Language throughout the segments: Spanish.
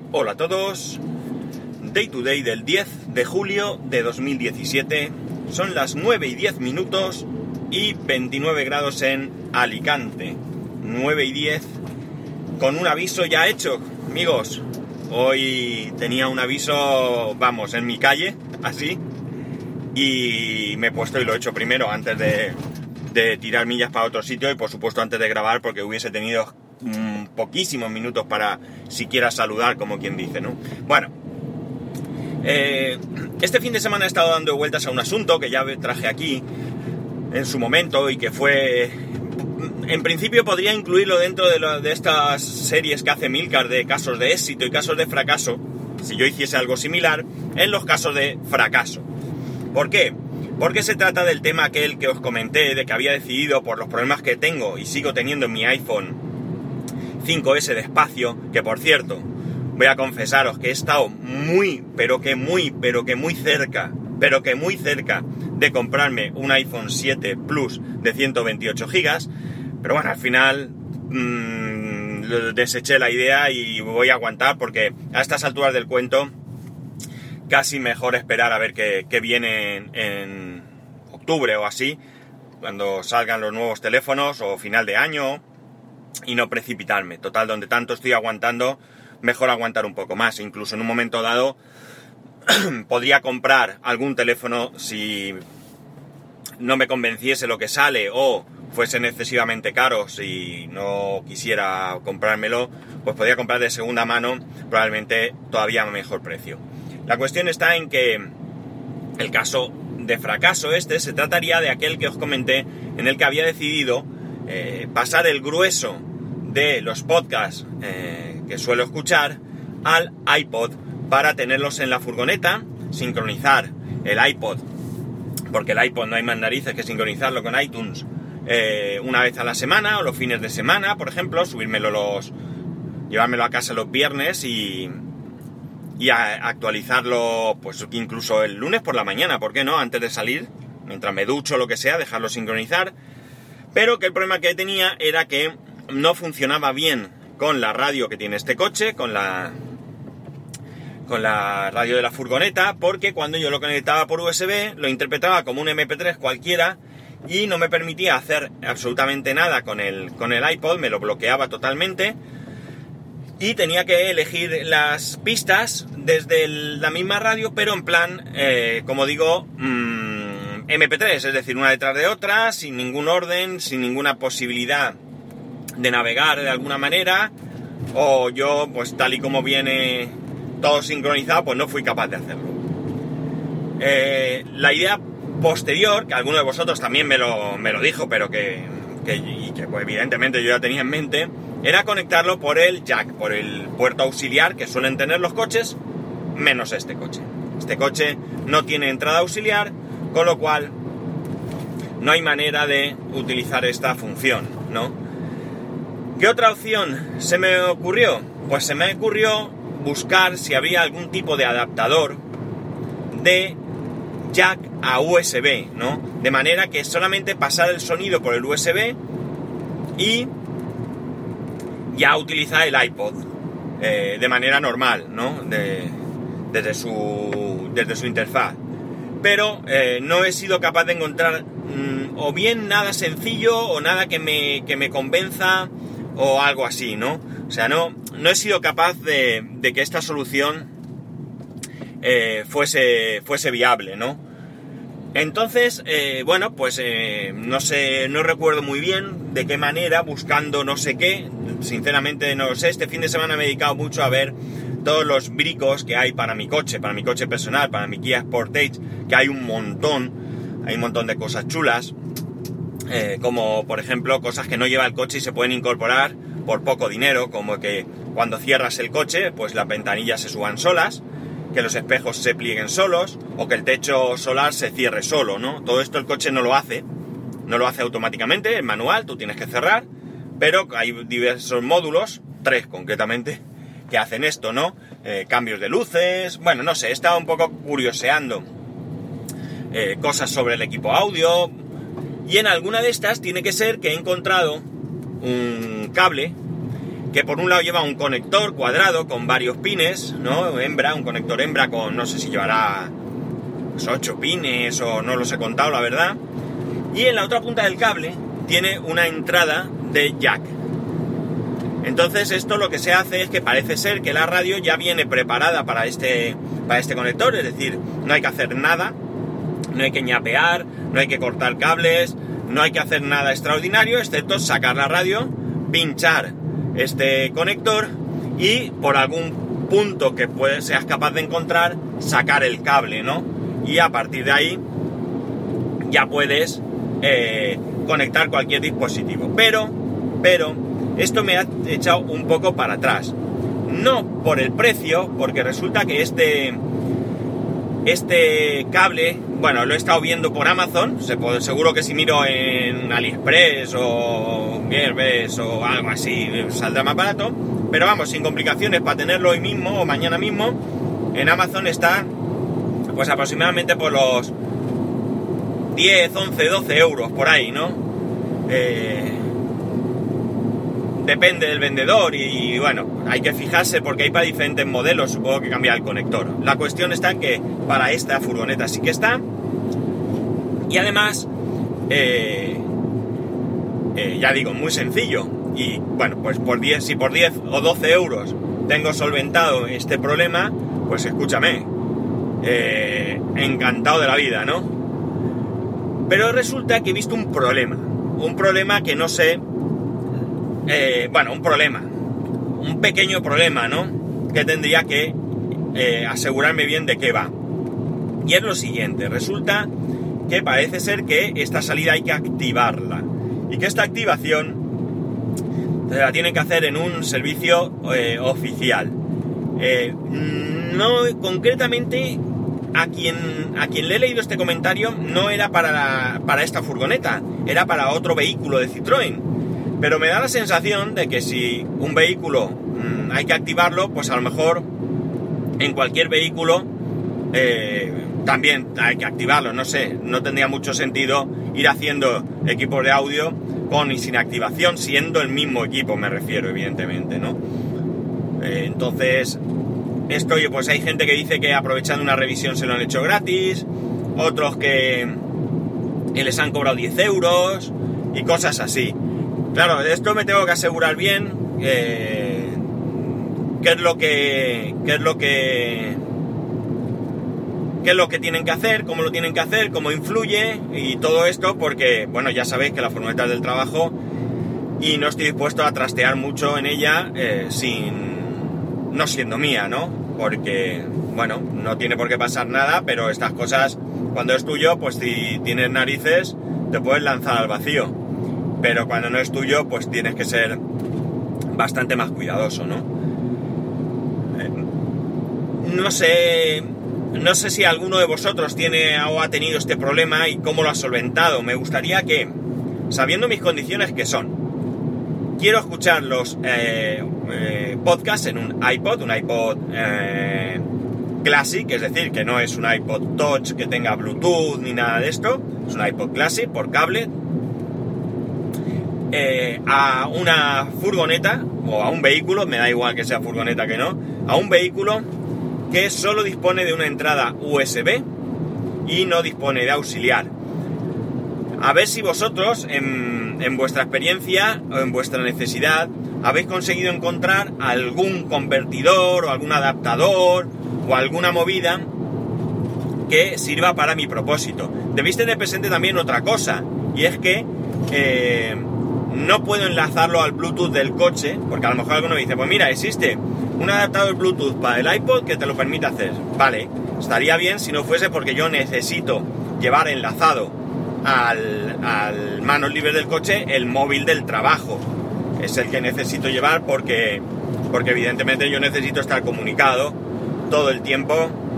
Hola a todos, Day to Day del 10 de julio de 2017, son las 9 y 10 minutos y 29 grados en Alicante, 9 y 10, con un aviso ya hecho, amigos. Hoy tenía un aviso, vamos, en mi calle, así, y me he puesto y lo he hecho primero antes de tirar millas para otro sitio y por supuesto antes de grabar, porque hubiese tenido poquísimos minutos para siquiera saludar, como quien dice, ¿no? Bueno, este fin de semana he estado dando vueltas a un asunto que ya traje aquí en su momento y que fue, en principio podría incluirlo dentro de estas series que hace Milcar de casos de éxito y casos de fracaso, si yo hiciese algo similar en los casos de fracaso. ¿Por qué? Porque se trata del tema aquel que os comenté, de que había decidido, por los problemas que tengo y sigo teniendo en mi iPhone 5S de espacio, que por cierto, voy a confesaros que he estado muy cerca de comprarme un iPhone 7 Plus de 128 GB, pero bueno, al final deseché la idea y voy a aguantar, porque a estas alturas del cuento casi mejor esperar a ver qué viene en octubre o así, cuando salgan los nuevos teléfonos, o final de año, y no precipitarme. Total, donde tanto estoy aguantando, mejor aguantar un poco más. Incluso en un momento dado podría comprar algún teléfono si no me convenciese lo que sale o fuesen excesivamente caros y no quisiera comprármelo, pues podría comprar de segunda mano, probablemente todavía a mejor precio. La cuestión está en que el caso de fracaso se trataría de aquel que os comenté, en el que había decidido pasar el grueso de los podcasts que suelo escuchar al iPod para tenerlos en la furgoneta, sincronizar el iPod, porque el iPod no hay más narices que sincronizarlo con iTunes una vez a la semana o los fines de semana, por ejemplo, llevármelo a casa los viernes y actualizarlo pues incluso el lunes por la mañana, ¿por qué no? Antes de salir, mientras me ducho o lo que sea, dejarlo sincronizar. Pero que el problema que tenía era que no funcionaba bien con la radio que tiene este coche, con la radio de la furgoneta, porque cuando yo lo conectaba por USB lo interpretaba como un MP3 cualquiera y no me permitía hacer absolutamente nada con el iPod, me lo bloqueaba totalmente y tenía que elegir las pistas desde la misma radio, pero en plan, como digo, MP3, es decir, una detrás de otra, sin ningún orden, sin ninguna posibilidad de navegar de alguna manera, o yo, pues tal y como viene todo sincronizado, pues no fui capaz de hacerlo. La idea posterior, que alguno de vosotros también me lo dijo, pero que pues, evidentemente yo ya tenía en mente, era conectarlo por el jack, por el puerto auxiliar que suelen tener los coches, menos este coche. Este coche no tiene entrada auxiliar, con lo cual no hay manera de utilizar esta función, ¿no? ¿Qué otra opción se me ocurrió? Pues se me ocurrió buscar si había algún tipo de adaptador de jack a USB, ¿no? De manera que solamente pasar el sonido por el USB y ya utilizar el iPod de manera normal, ¿no? Desde su interfaz. Pero no he sido capaz de encontrar o bien nada sencillo o nada que me convenza o algo así, ¿no? O sea, no he sido capaz de que esta solución fuese viable, ¿no? Entonces, bueno, pues no sé, no recuerdo muy bien de qué manera, buscando no sé qué, sinceramente no lo sé. Este fin de semana me he dedicado mucho a ver todos los bricos que hay para mi coche personal, para mi Kia Sportage, que hay un montón de cosas chulas, como por ejemplo cosas que no lleva el coche y se pueden incorporar por poco dinero, como que cuando cierras el coche, pues las ventanillas se suban solas, que los espejos se plieguen solos, o que el techo solar se cierre solo, ¿no? Todo esto el coche no lo hace automáticamente, es manual, tú tienes que cerrar, pero hay diversos módulos, 3 concretamente, que hacen esto, ¿no? Cambios de luces, bueno, no sé, he estado un poco curioseando cosas sobre el equipo audio, y en alguna de estas tiene que ser que he encontrado un cable que por un lado lleva un conector cuadrado con varios pines, ¿no? Un conector hembra con, no sé si llevará 8 pines o no los he contado, la verdad. Y en la otra punta del cable tiene una entrada de jack. Entonces esto lo que se hace es que parece ser que la radio ya viene preparada para este conector, es decir, no hay que hacer nada, no hay que ñapear, no hay que cortar cables, no hay que hacer nada extraordinario, excepto sacar la radio, pinchar este conector y por algún punto que seas capaz de encontrar, sacar el cable, ¿no? Y a partir de ahí ya puedes conectar cualquier dispositivo. Pero esto me ha echado un poco para atrás. No por el precio, porque resulta que este cable, bueno, lo he estado viendo por Amazon, seguro que si miro en AliExpress o Gearbest o algo así saldrá más barato, pero vamos, sin complicaciones, para tenerlo hoy mismo o mañana mismo, en Amazon está pues aproximadamente por los 10, 11, 12 euros por ahí, ¿no? Depende del vendedor y bueno, hay que fijarse porque hay para diferentes modelos, supongo que cambia el conector. La cuestión está en que para esta furgoneta sí que está. Y además, ya digo, muy sencillo. Y bueno, pues si por 10 o 12 euros tengo solventado este problema, pues escúchame, encantado de la vida, ¿no? Pero resulta que he visto un problema que no sé, un pequeño problema, ¿no? Que tendría que asegurarme bien de qué va. Y es lo siguiente, resulta que parece ser que esta salida hay que activarla y que esta activación la tienen que hacer en un servicio oficial. No, concretamente a quien le he leído este comentario no era para esta furgoneta, era para otro vehículo de Citroën. Pero me da la sensación de que si un vehículo hay que activarlo, pues a lo mejor en cualquier vehículo también hay que activarlo. No sé, no tendría mucho sentido ir haciendo equipos de audio con y sin activación, siendo el mismo equipo, me refiero, evidentemente, ¿no? Entonces, esto, pues hay gente que dice que aprovechando una revisión se lo han hecho gratis, otros que les han cobrado 10 euros y cosas así. Claro, de esto me tengo que asegurar bien qué es lo que tienen que hacer, cómo lo tienen que hacer, cómo influye y todo esto, porque, bueno, ya sabéis que la furgoneta es del trabajo y no estoy dispuesto a trastear mucho en ella no siendo mía, ¿no? Porque, bueno, no tiene por qué pasar nada, pero estas cosas, cuando es tuyo, pues si tienes narices, te puedes lanzar al vacío. Pero cuando no es tuyo, pues tienes que ser bastante más cuidadoso, ¿no? No sé si alguno de vosotros tiene o ha tenido este problema y cómo lo ha solventado. Me gustaría que, sabiendo mis condiciones que son, quiero escuchar los podcasts en un iPod Classic, es decir, que no es un iPod Touch que tenga Bluetooth ni nada de esto, es un iPod Classic por cable, a una furgoneta o a un vehículo, me da igual que sea furgoneta que no, a un vehículo que solo dispone de una entrada USB y no dispone de auxiliar. A ver si vosotros, en vuestra experiencia o en vuestra necesidad, habéis conseguido encontrar algún convertidor o algún adaptador o alguna movida que sirva para mi propósito. Debéis tener presente también otra cosa, y es que no puedo enlazarlo al Bluetooth del coche, porque a lo mejor alguno me dice, pues mira, existe un adaptador Bluetooth para el iPod que te lo permite hacer. Vale, estaría bien si no fuese porque yo necesito llevar enlazado al manos libres del coche el móvil del trabajo. Es el que necesito llevar porque evidentemente yo necesito estar comunicado todo el tiempo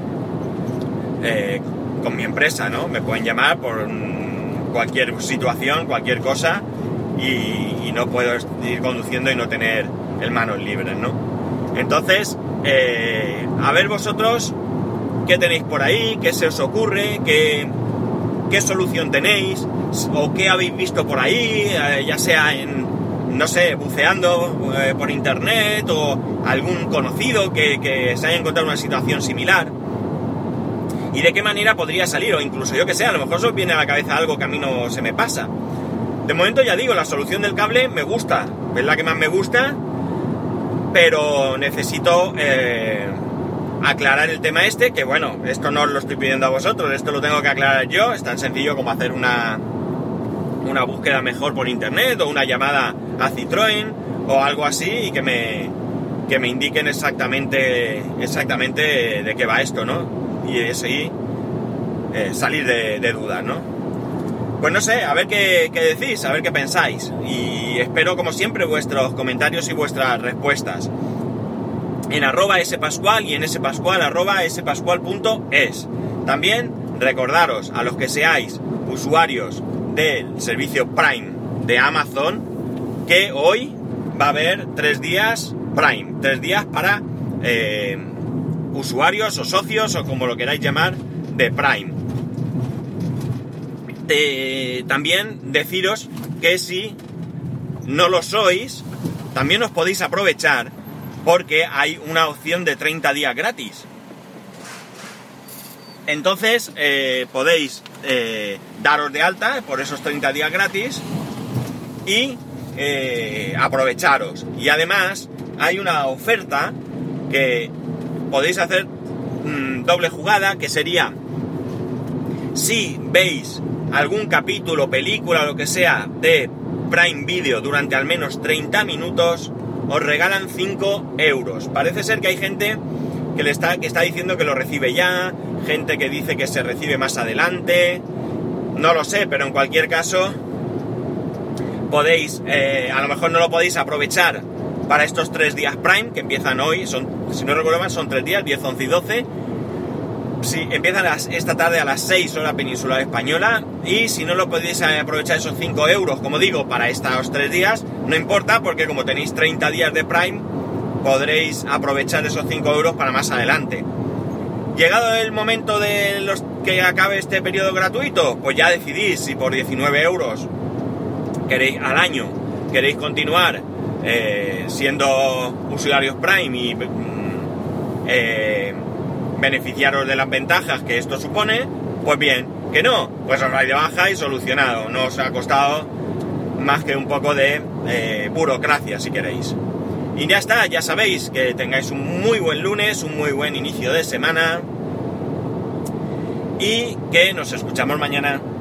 con mi empresa, ¿no? Me pueden llamar por cualquier situación, cualquier cosa, y no puedo ir conduciendo y no tener el manos libres, ¿no? Entonces, a ver vosotros qué tenéis por ahí, qué se os ocurre, qué solución tenéis, o qué habéis visto por ahí, ya sea en no sé, buceando por internet o algún conocido que se haya encontrado en una situación similar y de qué manera podría salir, o incluso yo que sé, a lo mejor os viene a la cabeza algo que a mí no se me pasa. De momento ya digo, la solución del cable me gusta, es la que más me gusta, pero necesito aclarar el tema este, que bueno, esto no os lo estoy pidiendo a vosotros, esto lo tengo que aclarar yo, es tan sencillo como hacer una búsqueda mejor por internet o una llamada a Citroën o algo así y que me indiquen exactamente de qué va esto, ¿no? Y así salir de dudas, ¿no? Pues no sé, a ver qué decís, a ver qué pensáis, y espero como siempre vuestros comentarios y vuestras respuestas en @spascual y en spascual @spascual.es. También recordaros a los que seáis usuarios del servicio Prime de Amazon que hoy va a haber 3 días Prime, 3 días para usuarios o socios o como lo queráis llamar de Prime. También deciros que si no lo sois, también os podéis aprovechar porque hay una opción de 30 días gratis. Entonces podéis daros de alta por esos 30 días gratis y aprovecharos. Y además hay una oferta que podéis hacer doble jugada, que sería, si veis algún capítulo, película, lo que sea de Prime Video durante al menos 30 minutos, os regalan 5 euros. Parece ser que hay gente que está diciendo que lo recibe ya, gente que dice que se recibe más adelante, no lo sé, pero en cualquier caso podéis, a lo mejor no lo podéis aprovechar para estos 3 días Prime que empiezan hoy, si no recuerdo mal son 3 días, 10, 11 y 12. Sí, empiezan esta tarde a las 6 hora peninsular española, y si no lo podéis aprovechar esos 5 euros, como digo, para estos 3 días, no importa, porque como tenéis 30 días de Prime, podréis aprovechar esos 5 euros para más adelante. Llegado el momento de los que acabe este periodo gratuito, pues ya decidís si por 19 euros al año queréis continuar siendo usuarios Prime y beneficiaros de las ventajas que esto supone. Pues bien, que no, pues os vais de baja y solucionado, no os ha costado más que un poco de burocracia, si queréis. Y ya está, ya sabéis, que tengáis un muy buen lunes, un muy buen inicio de semana y que nos escuchamos mañana.